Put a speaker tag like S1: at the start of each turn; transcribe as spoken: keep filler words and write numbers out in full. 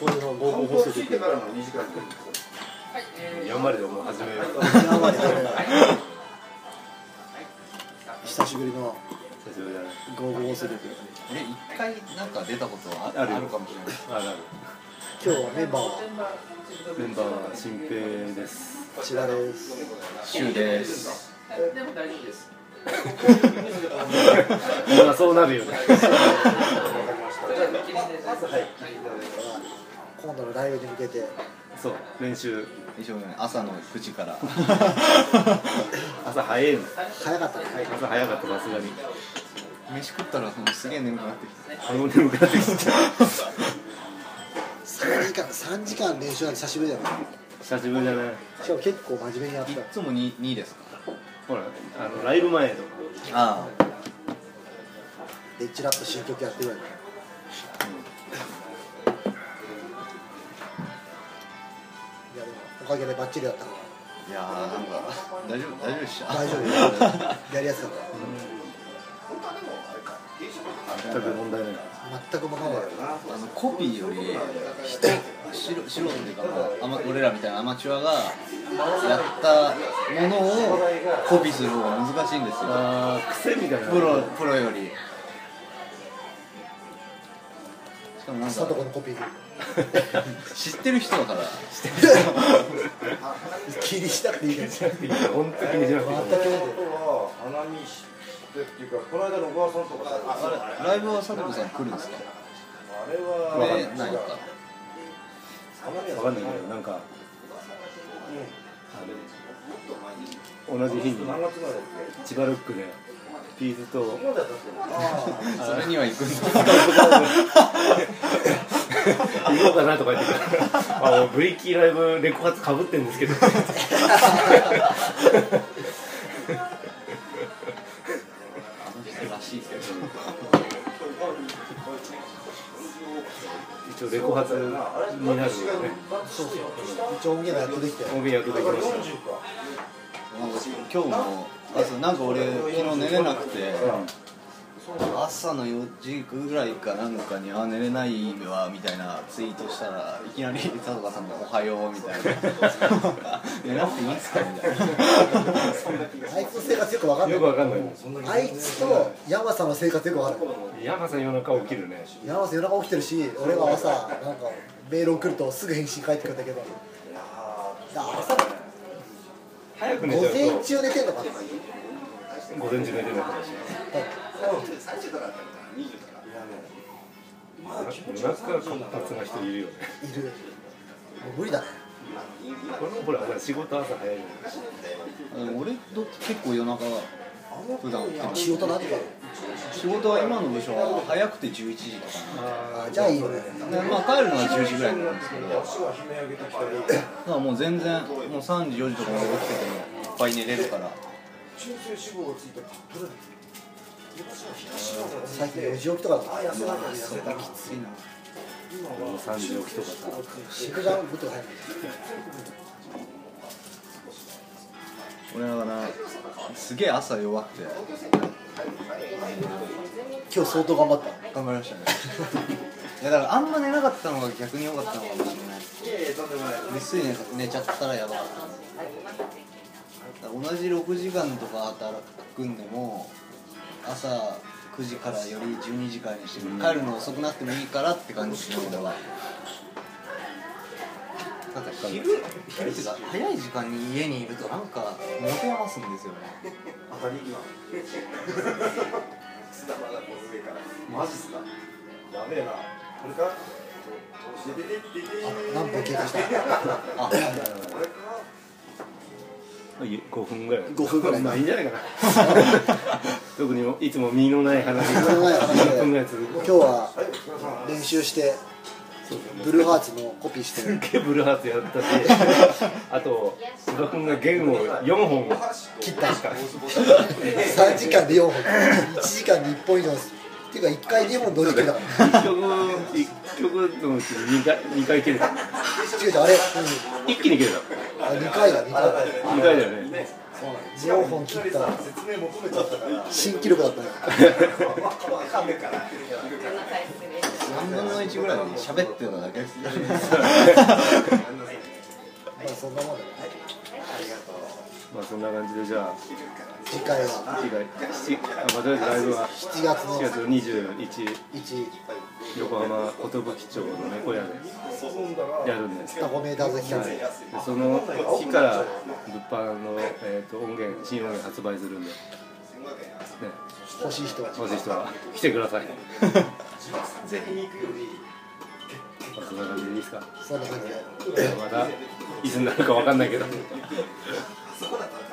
S1: これの合法放送局
S2: やんまりでもう始めよう。
S1: やんまりで久しぶりの
S2: 久しぶりだね。
S1: 合法放送局。
S3: え、一回なんか出たことはあ
S2: ある
S3: あるかもしれない。
S2: あるある。
S1: 今日はメンバーは
S2: メンバーは新平です。
S1: 千葉です。
S3: シュウです。
S4: でも大丈夫です。
S2: まあそうなるよね。
S1: 今度のライブに向けて
S2: そう練習。
S3: 一応ね、朝のくじから
S2: 朝早いの。
S1: 早かったね。
S2: 朝早かったさすがに。
S3: 飯食ったらもうすげえ眠くなってきた。
S2: あの眠くなってきた。
S1: さんじかんさんじかん練習なんて久しぶりだよね。
S2: 久しぶりだね。
S1: しかも結構真面目にやっ
S3: い
S1: た。
S3: つもににですか。
S2: ほらあのライブ前とか。
S3: あ
S1: でチラッと新曲やってるよね。いやでもおかげでバッチリだったから。
S3: あ、いやーなんか大丈夫大丈夫でした。
S1: 大丈夫やりやすかった。
S2: 全く問題ない。
S1: 全く問題ない。
S3: あのコピーより人素人素人っていうか、まあ、俺らみたいなアマチュアがやったものをコピーする方が難しいんですよ。
S2: ああ癖みたいな。
S3: プロプロより。しかもなんか
S1: さとこのコピー
S3: 知ってる人だから。
S1: 気にしなくていいから。
S2: 本当に気にしなくていい。
S1: 全く読んで
S5: 花見してっていうか、この間の小川さんとかさ、
S3: あれライブは佐藤さん来るんですか。
S5: あれは
S3: で何か
S2: わかんないけどなんかあの同じ日に
S5: 何月までだっ
S2: 千葉ロックでピーズと
S5: け？今までだったっ
S3: それには行くんだ。
S2: 行こうかなとか言ってあのブリッキーライブレコ発かぶってるんですけど
S3: らしいですけど。
S2: 一応レコ発になるよね。
S1: そうそう。一応音源がやっとできて。
S2: 音源やっとできました。
S3: なんか今日も朝なんか俺昨日寝れなくて、朝のよじぐらいかなんかにあ寝れないわみたいなツイートしたらいきなり佐藤さんがおはようみたいな寝なくていいんすかみたいな。
S1: あいつの生活よくわかんない。
S2: よくわかんない。
S1: あいつと山さんの生活よくわかんない。
S2: 山さん夜中起きるね。
S1: 山さん夜中起きてるし、俺が朝なんかメール送るとすぐ返信返ってくるんだけど、朝
S2: 早く寝
S1: 午
S2: ちゃうと
S1: 前中寝てんのかな。
S2: 午前中寝てないから夜中活発な人いるよね。
S1: いる。もう無理だね。
S2: このほら仕事朝早いのに。
S3: 俺と結構夜中普段
S1: 仕事何か。
S3: 仕事は今の部署は早くてじゅういちじとか
S1: あじゃあいいよね。
S3: なで、まあ、帰るのはじゅうじぐらいなんですけど、だからもう全然もうさんじよじとかまで起きててもいっぱい寝れるから。
S1: 最近よじ起きとかだった。
S3: それがきついな。
S2: もうさんじ起きとかさ。
S1: 仕事がぐっと早い。
S3: 俺だからすげえ朝弱くて
S1: 今日相当頑張った。
S3: 頑張りましたね。いやだからあんま寝なかったのが逆に良かったのかもしれない。ぐっすり寝ちゃったらやばかった。同じろくじかんとか働くんでも朝くじからよりじゅうにじからにして帰るの遅くなってもいいからって感じです俺は。なんか昼昼っていうか早い時間に家にいるとなんか持て余すんですよね。
S5: マジっすか？やべえな。これか？
S1: 何分経過した？
S3: あ
S2: ごふんぐらい。
S1: ごふんぐらい。
S2: まあいいんじゃないかな。特にいつも身のない話が
S1: 身のない話で
S2: じゅっぷんぐらい続く。
S1: 今日は練習してブルーハーツのコピーして
S2: すっげえブルーハーツやったし、あと須田君が弦をよんほん
S1: 切ったんかさんじかんでよんほんいちじかんにいっぽん以上っていうかいっかいにほん同時切るだから
S2: いっきょくいっきょくのうちににかいにかい切れた。
S1: 違う違うあれ、うん、
S2: 一気に切れた。
S1: あにかいだにかい
S2: にかいだよね。
S1: よんほん切った新記録だったね。
S3: さんぶんのいちぐらい喋ってただけです
S1: まあそんなもんだね。
S2: まあそんな感じでじゃあ
S1: 次回は
S2: 次回七あまあとりあえずライブは
S1: しちがつの
S2: しちがつのにじゅういち
S1: いち
S2: 横浜寿町の猫屋でやるんです。
S1: タコメーターズ企画、
S2: はい、でその日から物販の、えー、と音源新音源発売するんで、ね、
S1: 欲しい人は
S2: 欲しい人は来てくださいぜひ。まあそんな感じでいいですか。
S1: そんな感じで
S2: またいつになるかわかんないけど